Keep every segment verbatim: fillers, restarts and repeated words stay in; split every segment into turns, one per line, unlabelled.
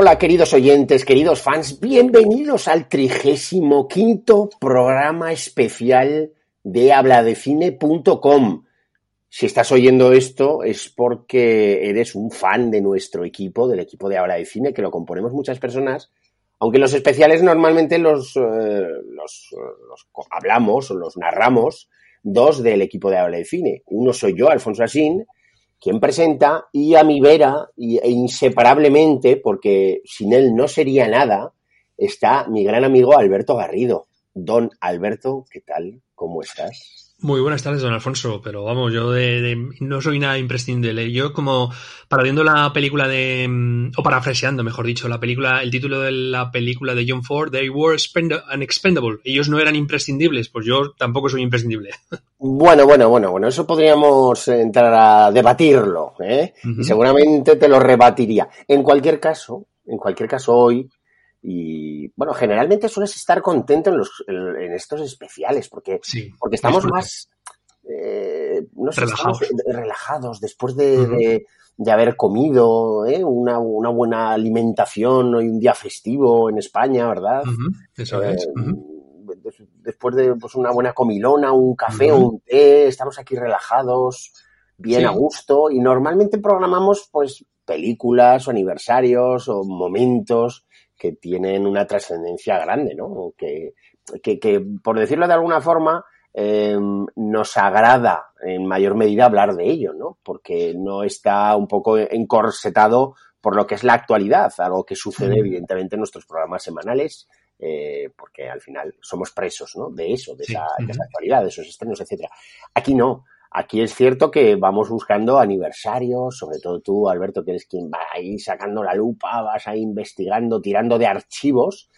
Hola, queridos oyentes, queridos fans, bienvenidos al trigésimo quinto programa especial de habla de cine punto com. Si estás oyendo esto es porque eres un fan de nuestro equipo, del equipo de Habla de Cine, que lo componemos muchas personas, aunque los especiales normalmente los, eh, los, los hablamos o los narramos dos del equipo de Habla de Cine. Uno soy yo, Alfonso Asín, quien presenta, y a mi vera, e inseparablemente, porque sin él no sería nada, está mi gran amigo Alberto Garrido. Don Alberto, ¿qué tal? ¿Cómo estás?
Muy buenas tardes, don Alfonso, pero vamos, yo de, de, no soy nada imprescindible. Yo como parodiando la película de, o parafraseando, mejor dicho, la película, el título de la película de John Ford, They Were spend- Unexpendable. Ellos no eran imprescindibles, pues yo tampoco soy imprescindible.
Bueno, bueno, bueno, bueno, eso podríamos entrar a debatirlo, ¿eh? Uh-huh. Y seguramente te lo rebatiría. En cualquier caso, en cualquier caso hoy, y bueno, generalmente sueles estar contento en, los, en, en estos especiales, porque, sí, porque estamos disfrute. más, eh, no sé, relajados. Estamos relajados después de, uh-huh. de, de haber comido, ¿eh? una, una buena alimentación y un día festivo en España, ¿verdad?
Uh-huh. Eso eh, es. Uh-huh.
Después de pues, una buena comilona, un café, uh-huh. un té, estamos aquí relajados, bien sí. a gusto, y normalmente programamos pues películas o aniversarios o momentos que tienen una trascendencia grande, ¿no? Que, que, que por decirlo de alguna forma, eh, nos agrada en mayor medida hablar de ello, ¿no? Porque no está un poco encorsetado por lo que es la actualidad, algo que sucede uh-huh. evidentemente en nuestros programas semanales, eh, porque al final somos presos, ¿no? De eso, de, sí. esa, uh-huh. de esa actualidad, de esos estrenos, etcétera. Aquí no. Aquí es cierto que vamos buscando aniversarios, sobre todo tú, Alberto, que eres quien va ahí sacando la lupa, vas ahí investigando, tirando de archivos.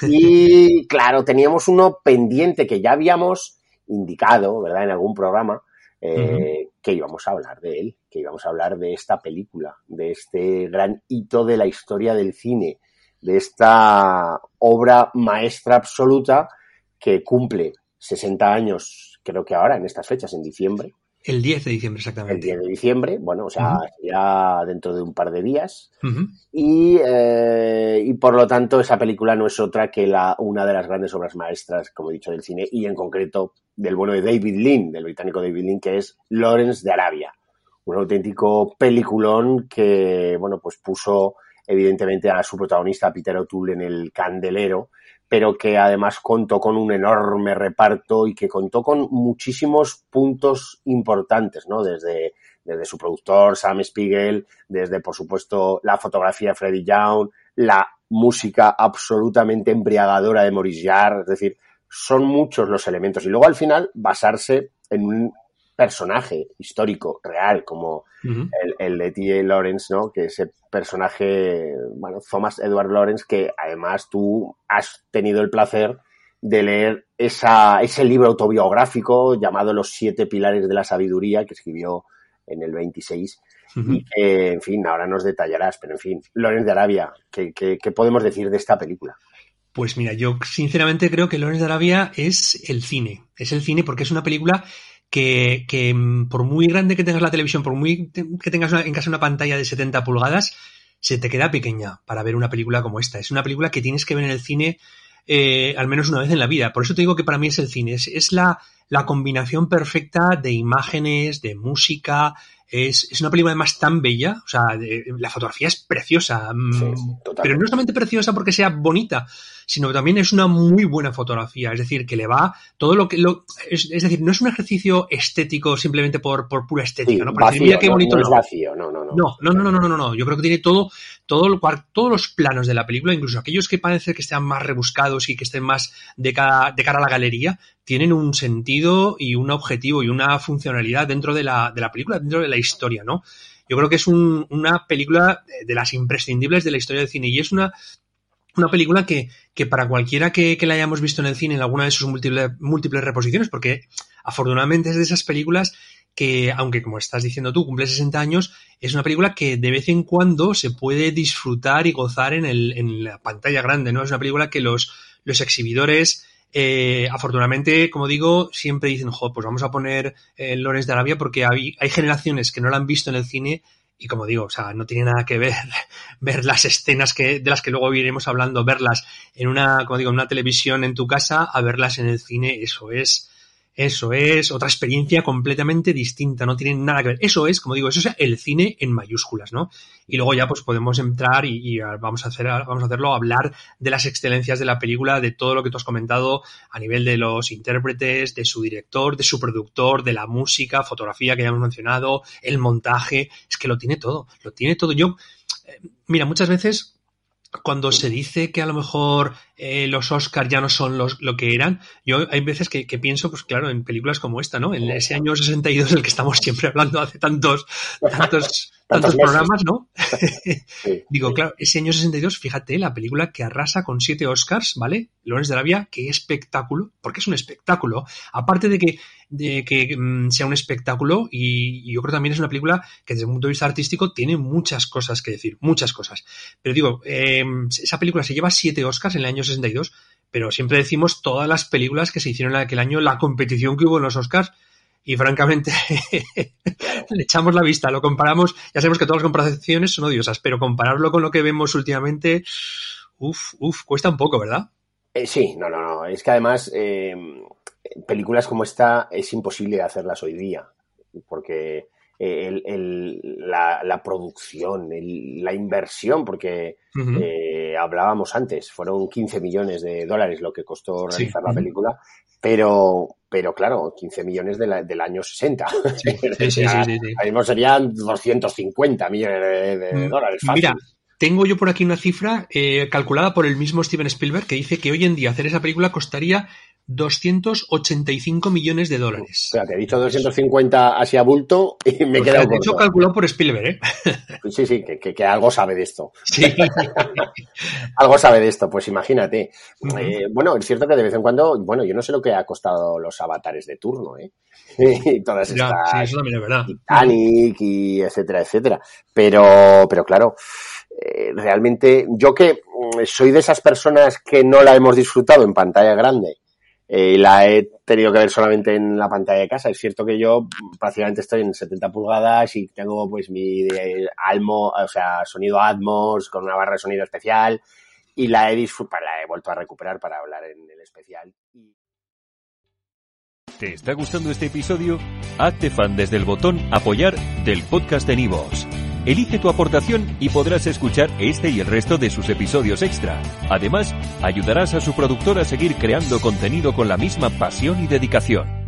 Y claro, teníamos uno pendiente que ya habíamos indicado, ¿verdad?, en algún programa, eh, uh-huh. que íbamos a hablar de él, que íbamos a hablar de esta película, de este gran hito de la historia del cine, de esta obra maestra absoluta que cumple sesenta años, creo que ahora, en estas fechas, en diciembre.
El diez de diciembre, exactamente.
El diez de diciembre, bueno, o sea, uh-huh. ya dentro de un par de días.
Uh-huh.
Y, eh, y por lo tanto, esa película no es otra que la, una de las grandes obras maestras, como he dicho, del cine, y en concreto del bueno de David Lean, del británico David Lean, que es Lawrence de Arabia. Un auténtico peliculón que, bueno, pues puso evidentemente a su protagonista, Peter O'Toole, en el candelero, pero que además contó con un enorme reparto y que contó con muchísimos puntos importantes, ¿no? Desde, desde su productor, Sam Spiegel, desde, por supuesto, la fotografía de Freddie Young, la música absolutamente embriagadora de Maurice Jarre, es decir, son muchos los elementos. Y luego, al final, basarse en un personaje histórico, real, como uh-huh. el, el de T A Lawrence, ¿no? Que ese personaje, bueno, Thomas Edward Lawrence, que además tú has tenido el placer de leer esa, ese libro autobiográfico llamado Los siete pilares de la sabiduría, que escribió en el veintiséis, uh-huh. y que, en fin, ahora nos detallarás, pero en fin, Lawrence de Arabia, ¿qué, qué, qué podemos decir de esta película?
Pues mira, yo sinceramente creo que Lawrence de Arabia es el cine, es el cine porque es una película Que, que por muy grande que tengas la televisión, por muy que tengas una, en casa una pantalla de setenta pulgadas, se te queda pequeña para ver una película como esta. Es una película que tienes que ver en el cine eh, al menos una vez en la vida. Por eso te digo que para mí es el cine. Es, es la, la combinación perfecta de imágenes, de música. Es, es una película además tan bella. O sea, de, la fotografía es preciosa.
Sí,
pero no solamente preciosa porque sea bonita, sino que también es una muy buena fotografía. Es decir, que le va todo lo que... Lo, es, es decir, no es un ejercicio estético simplemente por, por pura estética,
sí,
¿no? Por
vacío,
decir, mira qué bonito.
No, no
no.
es vacío, no, no, no.
No, no, no, no, no, no, no. Yo creo que tiene todo, todo lo, todos los planos de la película, incluso aquellos que parecen que estén más rebuscados y que estén más de cara, de cara a la galería, tienen un sentido y un objetivo y una funcionalidad dentro de la, de la película, dentro de la historia, ¿no? Yo creo que es un, una película de las imprescindibles de la historia del cine y es una, una película que, que para cualquiera que, que la hayamos visto en el cine en alguna de sus múltiples, múltiples reposiciones, porque afortunadamente es de esas películas que, aunque como estás diciendo tú, cumple sesenta años, es una película que de vez en cuando se puede disfrutar y gozar en, el, en la pantalla grande, ¿no? Es una película que los, los exhibidores, eh, afortunadamente, como digo, siempre dicen, jo, pues vamos a poner eh, Lawrence de Arabia porque hay, hay generaciones que no la han visto en el cine Y como digo, o sea, no tiene nada que ver ver las escenas que de las que luego iremos hablando, verlas en una, como digo, en una televisión en tu casa, a verlas en el cine. Eso es, eso es otra experiencia completamente distinta, no tiene nada que ver. Eso es, como digo, eso es el cine en mayúsculas, ¿no? Y luego ya pues podemos entrar y, y vamos a hacer, vamos a hacerlo, hablar de las excelencias de la película, de todo lo que tú has comentado a nivel de los intérpretes, de su director, de su productor, de la música, fotografía que ya hemos mencionado, el montaje, es que lo tiene todo, lo tiene todo. Yo, eh, mira, muchas veces cuando se dice que a lo mejor eh, los Oscars ya no son los, lo que eran, yo hay veces que, que pienso, pues claro, en películas como esta, ¿no? En ese año sesenta y dos del que estamos siempre hablando hace tantos, tantos, tantos programas, ¿no? Sí, Digo, sí. Claro, ese año sesenta y dos, fíjate, la película que arrasa con siete Oscars, ¿vale? Lawrence de Arabia, qué espectáculo, porque es un espectáculo. Aparte de que, de que mm, sea un espectáculo, y, y yo creo que también es una película que desde un punto de vista artístico tiene muchas cosas que decir, muchas cosas. Pero digo, eh, esa película se lleva siete Oscars en el año sesenta y dos, pero siempre decimos todas las películas que se hicieron en aquel año, la competición que hubo en los Oscars, y francamente le echamos la vista, lo comparamos, ya sabemos que todas las comparaciones son odiosas, pero compararlo con lo que vemos últimamente, uff, uff, cuesta un poco, ¿verdad?
Eh, sí, no, no, no, es que además eh, películas como esta es imposible hacerlas hoy día, porque el, el, la, la producción, el, la inversión, porque uh-huh. eh, hablábamos antes, fueron quince millones de dólares lo que costó realizar sí. la película, pero, pero claro, quince millones de la, del año sesenta.
Sí, sí, sí, sí, sí, sí.
Ahora mismo serían doscientos cincuenta millones de, de dólares. Fácil.
Mira, tengo yo por aquí una cifra eh, calculada por el mismo Steven Spielberg que dice que hoy en día hacer esa película costaría doscientos ochenta y cinco millones de dólares.
Espera, que he dicho doscientos cincuenta así a bulto y me he quedado corto.
De hecho, calculado por Spielberg, ¿eh?
Sí, sí, que, que, que algo sabe de esto.
Sí.
Algo sabe de esto, pues imagínate. Uh-huh. Eh, bueno, es cierto que de vez en cuando, bueno, yo no sé lo que ha costado los avatares de turno, ¿eh? Y todas estas...
Ya, sí, eso también es verdad.
Titanic y etcétera, etcétera. Pero, pero claro... Eh, realmente, yo que soy de esas personas que no la hemos disfrutado en pantalla grande y eh, la he tenido que ver solamente en la pantalla de casa, es cierto que yo prácticamente estoy en setenta pulgadas y tengo pues mi eh, Almo, o sea, sonido Atmos con una barra de sonido especial y la he disfrutado, la he vuelto a recuperar para hablar en el especial.
¿Te está gustando este episodio? Hazte fan desde el botón Apoyar del podcast de Nivos. Elige tu aportación y podrás escuchar este y el resto de sus episodios extra. Además, ayudarás a su productor a seguir creando contenido con la misma pasión y dedicación.